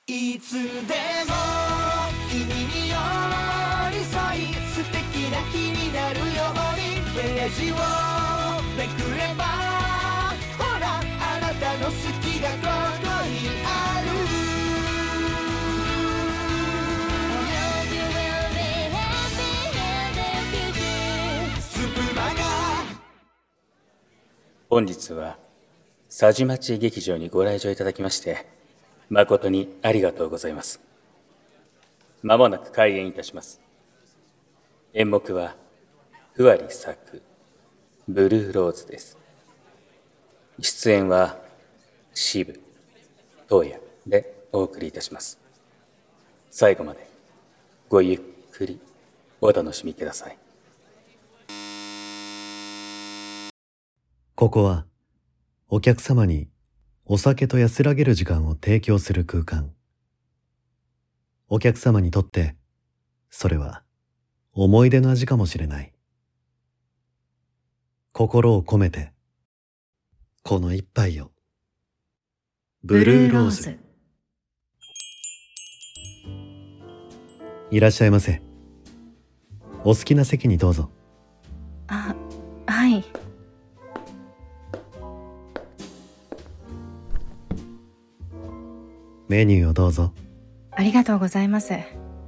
いつでも君に寄り添い素敵な日になるようにページをめくればほらあなたの好きがここにあるスプマガ本日は佐治町劇場にご来場いただきまして誠にありがとうございます。まもなく開演いたします。演目はふわり作ブルーローズです。出演は渋、東野でお送りいたします。最後までごゆっくりお楽しみください。 ここはお客様にお酒と安らげる時間を提供する空間。お客様にとってそれは思い出の味かもしれない。心を込めてこの一杯を。ブルーローズ。いらっしゃいませ。お好きな席にどうぞ。 はい。 メニューをどうぞ。 ありがとうございます。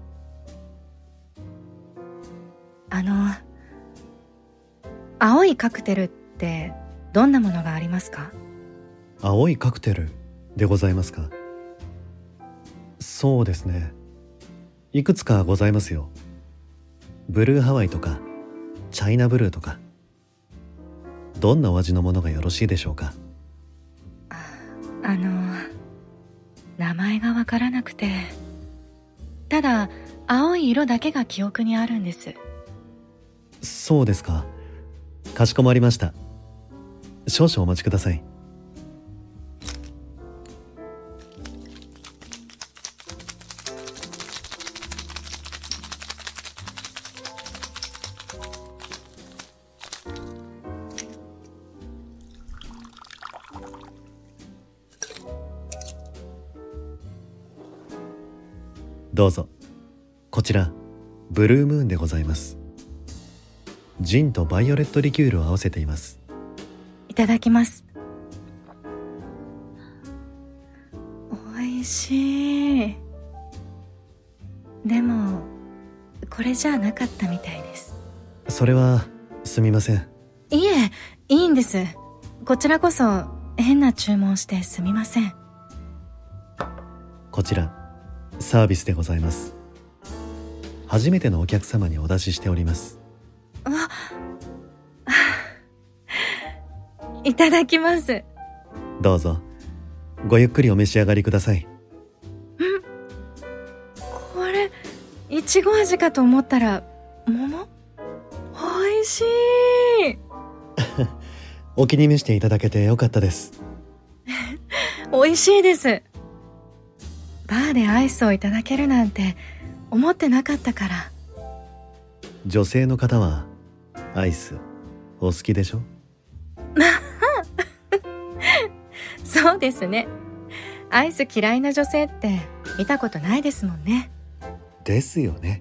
青いカクテルってどんなものがありますか？ 青いカクテルでございますか？そうですね。いくつかございますよ。ブルーハワイとかチャイナブルーとか。どんなお味のものがよろしいでしょうか？ 名前がわからなくて、ただ青い色だけが記憶にあるんです。 そうですか。かしこまりました。少々お待ちください。どうぞ。こちらブルームーンでございます。ジンとバイオレットリキュールを合わせています。 いただきます。おいしい。でもこれじゃなかったみたいです。 それはすみません。 いえ、いいんです。こちらこそ変な注文してすみません。 こちらサービスでございます。初めてのお客様にお出ししております。 いただきます。 どうぞごゆっくりお召し上がりください。 これいちご味かと思ったら桃？おいしい。 お気に召していただけてよかったです。 おいしいです。バーでアイスをいただけるなんて思ってなかったから。 女性の方はアイスお好きでしょ？ そうですね。アイス嫌いな女性って見たことないですもんね。 ですよね。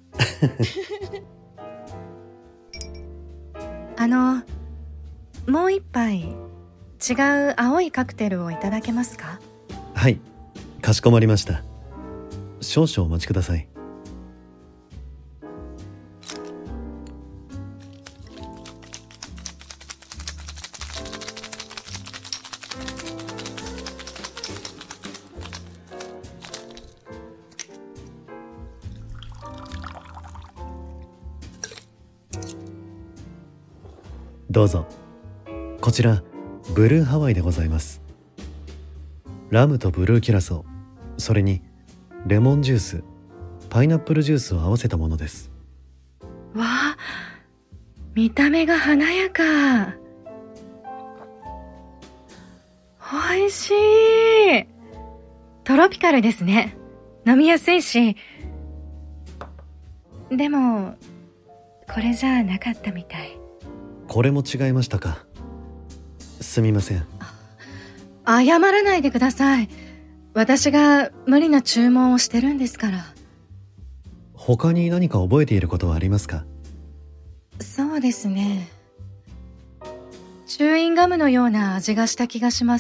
もう一杯違う青いカクテルをいただけますか？ はい、かしこまりました。少々お待ちください。どうぞ。こちらブルーハワイでございます。ラムとブルーキュラソー、それにレモンジュース、パイナップルジュースを合わせたものです。 わあ、見た目が華やか。おいしい。トロピカルですね。飲みやすいし。でもこれじゃなかったみたい。 これも違いましたか。すみません。 謝らないでください。 私が無理な注文をしてるんですから。 他に何か覚えていることはありますか？ そうですね。チューインガムのような味がした気がします。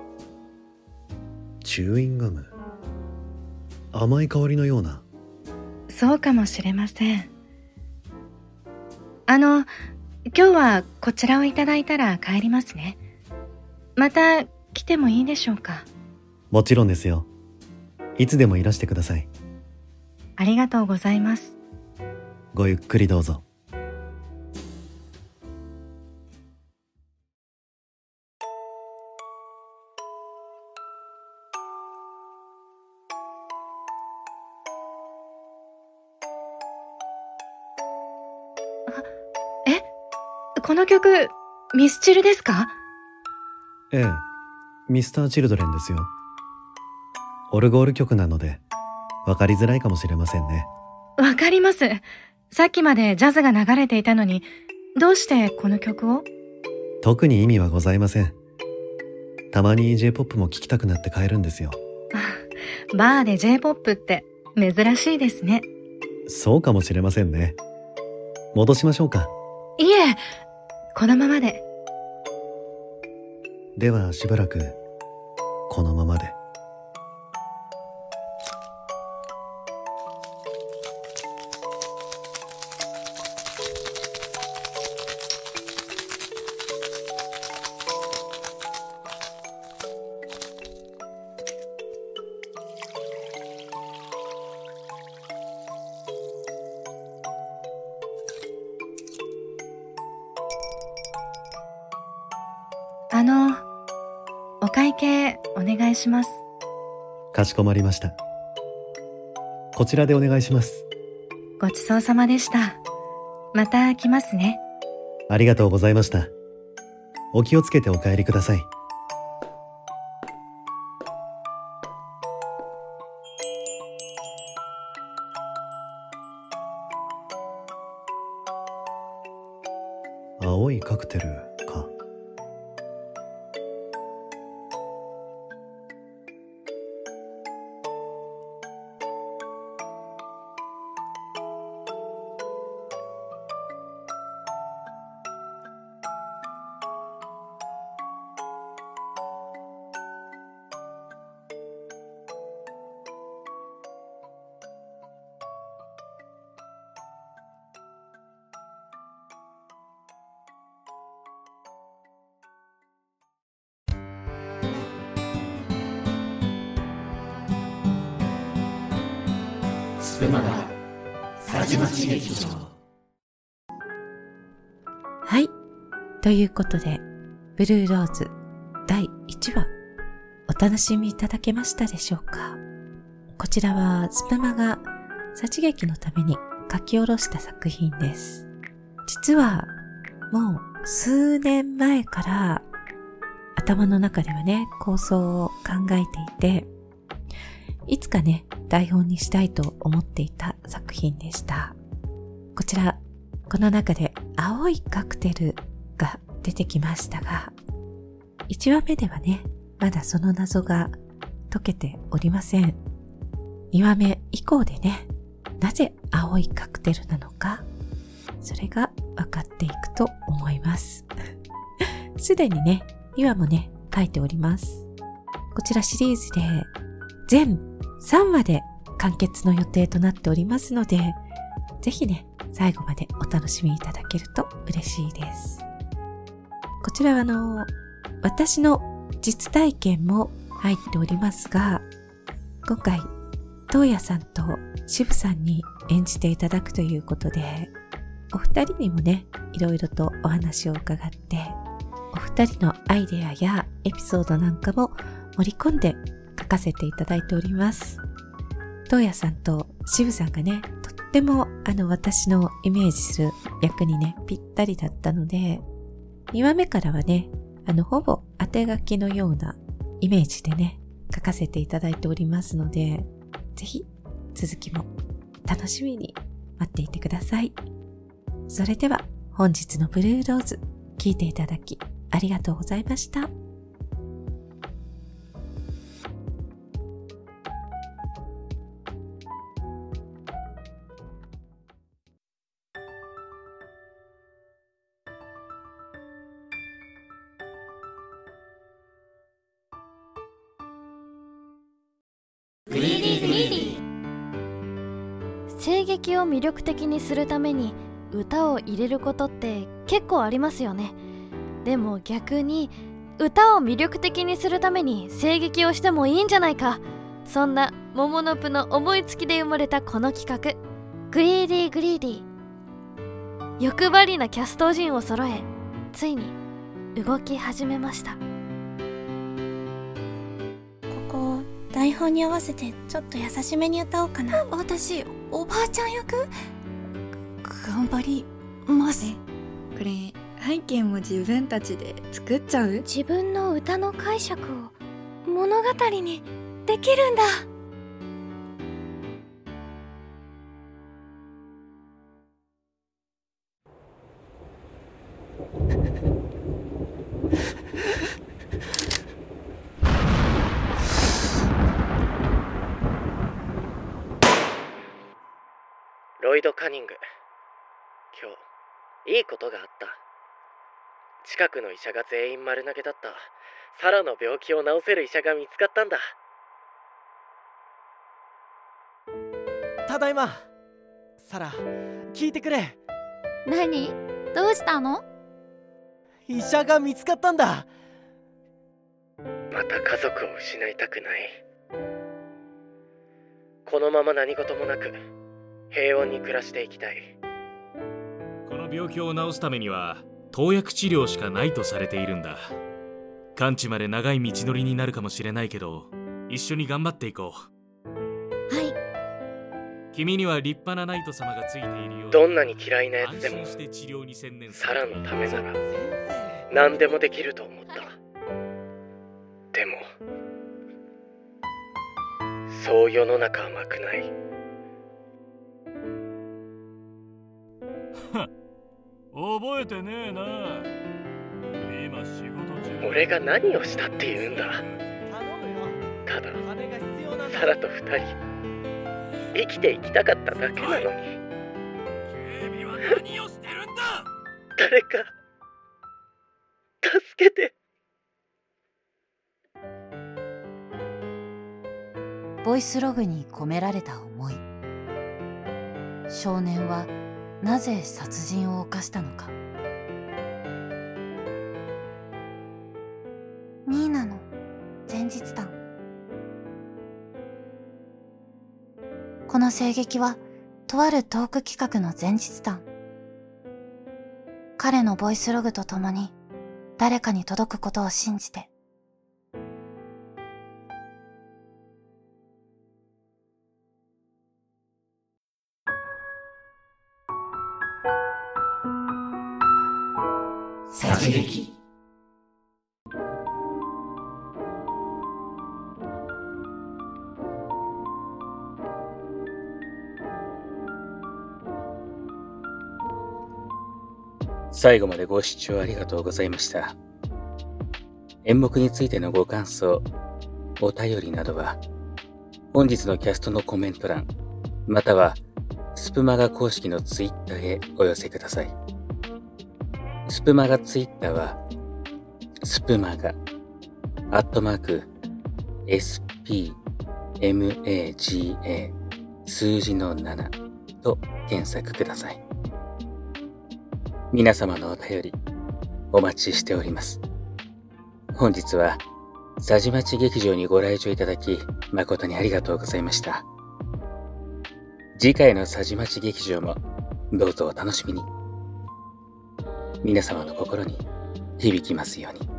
チューインガム。甘い香りのような。 そうかもしれません。今日はこちらをいただいたら帰りますね。また来てもいいでしょうか？ もちろんですよ。いつでもいらしてください。 ありがとうございます。 ごゆっくりどうぞ。 この曲、ミスチルですか？ ええ、ミスター・チルドレンですよ。オルゴール曲なので分かりづらいかもしれませんね。 わかります。さっきまでジャズが流れていたのに、どうしてこの曲を？ 特に意味はございません。たまに J-POP も聴きたくなって帰るんですよ。 バーで J-POP って珍しいですね。 そうかもしれませんね。戻しましょうか。 いえ、このままで。 ではしばらくこのままで。 お会計お願いします。 かしこまりました。こちらでお願いします。 ごちそうさまでした。また来ますね。 ありがとうございました。お気をつけてお帰りください。青いカクテルか。 スプマガ佐治町劇場。 はい。ということで、ブルーローズ第1話、お楽しみいただけましたでしょうか？こちらはスプマが佐治劇のために書き下ろした作品です。実はもう数年前から頭の中ではね、構想を考えていて、いつかね、台本にしたいと思っていた作品でした。こちら、この中で青いカクテルが出てきましたが、1話目ではね、まだその謎が解けておりません。2話目以降でね、なぜ青いカクテルなのか、それが分かっていくと思います。すでにね、2話もね、書いております。こちらシリーズで全3話で完結の予定となっておりますので、ぜひね、最後までお楽しみいただけると嬉しいです。こちらは私の実体験も入っておりますが、今回、東野さんと渋さんに演じていただくということで、お二人にもね、いろいろとお話を伺って、お二人のアイデアやエピソードなんかも盛り込んで書かせていただいております。東野さんと渋さんがね、とっても私のイメージする役にね、ぴったりだったので、2話目からはね、ほぼ当て書きのようなイメージでね、書かせていただいておりますので、ぜひ続きも楽しみに待っていてください。それでは本日のブルーローズ、聞いていただきありがとうございました。 劇を魅力的にするために歌を入れることって結構ありますよね。でも逆に歌を魅力的にするために声劇をしてもいいんじゃないか。そんなもものぷの思いつきで生まれたこの企画、グリーディーグリーディー。欲張りなキャスト陣を揃え、ついに動き始めました。 ここ台本に合わせてちょっと優しめに歌おうかな。 私おばあちゃん役頑張ります。 これ背景も自分たちで作っちゃう？ 自分の歌の解釈を物語にできるんだ。 ロイド・カニング、今日いいことがあった。近くの医者が全員丸投げだったサラの病気を治せる医者が見つかったんだ。 ただいま。サラ、聞いてくれ。 何？どうしたの？ 医者が見つかったんだ。 また家族を失いたくない。このまま何事もなく平穏に暮らしていきたい。 この病気を治すためには投薬治療しかないとされているんだ。完治まで長い道のりになるかもしれないけど、一緒に頑張っていこう。 はい。 君には立派なナイト様がついているように、 どんなに嫌いなやつでも安心して治療に専念するサラのためなら何でもできると思った。でもそう世の中甘くない。 覚えてねえな。今仕事中。 俺が何をしたって言うんだ。ただサラと二人生きていきたかっただけなのに。 警備は何をしてるんだ。 誰か助けて。 ボイスログに込められた思い。少年はなぜ殺人を犯したのか。 ニーナの前日談。 この声劇はとあるトーク企画の前日談。彼のボイスログとともに誰かに届くことを信じて。 殺撃。 最後までご視聴ありがとうございました。演目についてのご感想、お便りなどは、本日のキャストのコメント欄、またはスプマガ公式のツイッターへお寄せください。スプマガツイッターは、スプマガ、@SPMAGA 数字の7と検索ください。皆様のお便り、お待ちしております。本日は、佐治町劇場にご来場いただき、誠にありがとうございました。次回の佐治町劇場も、どうぞお楽しみに。皆様の心に響きますように。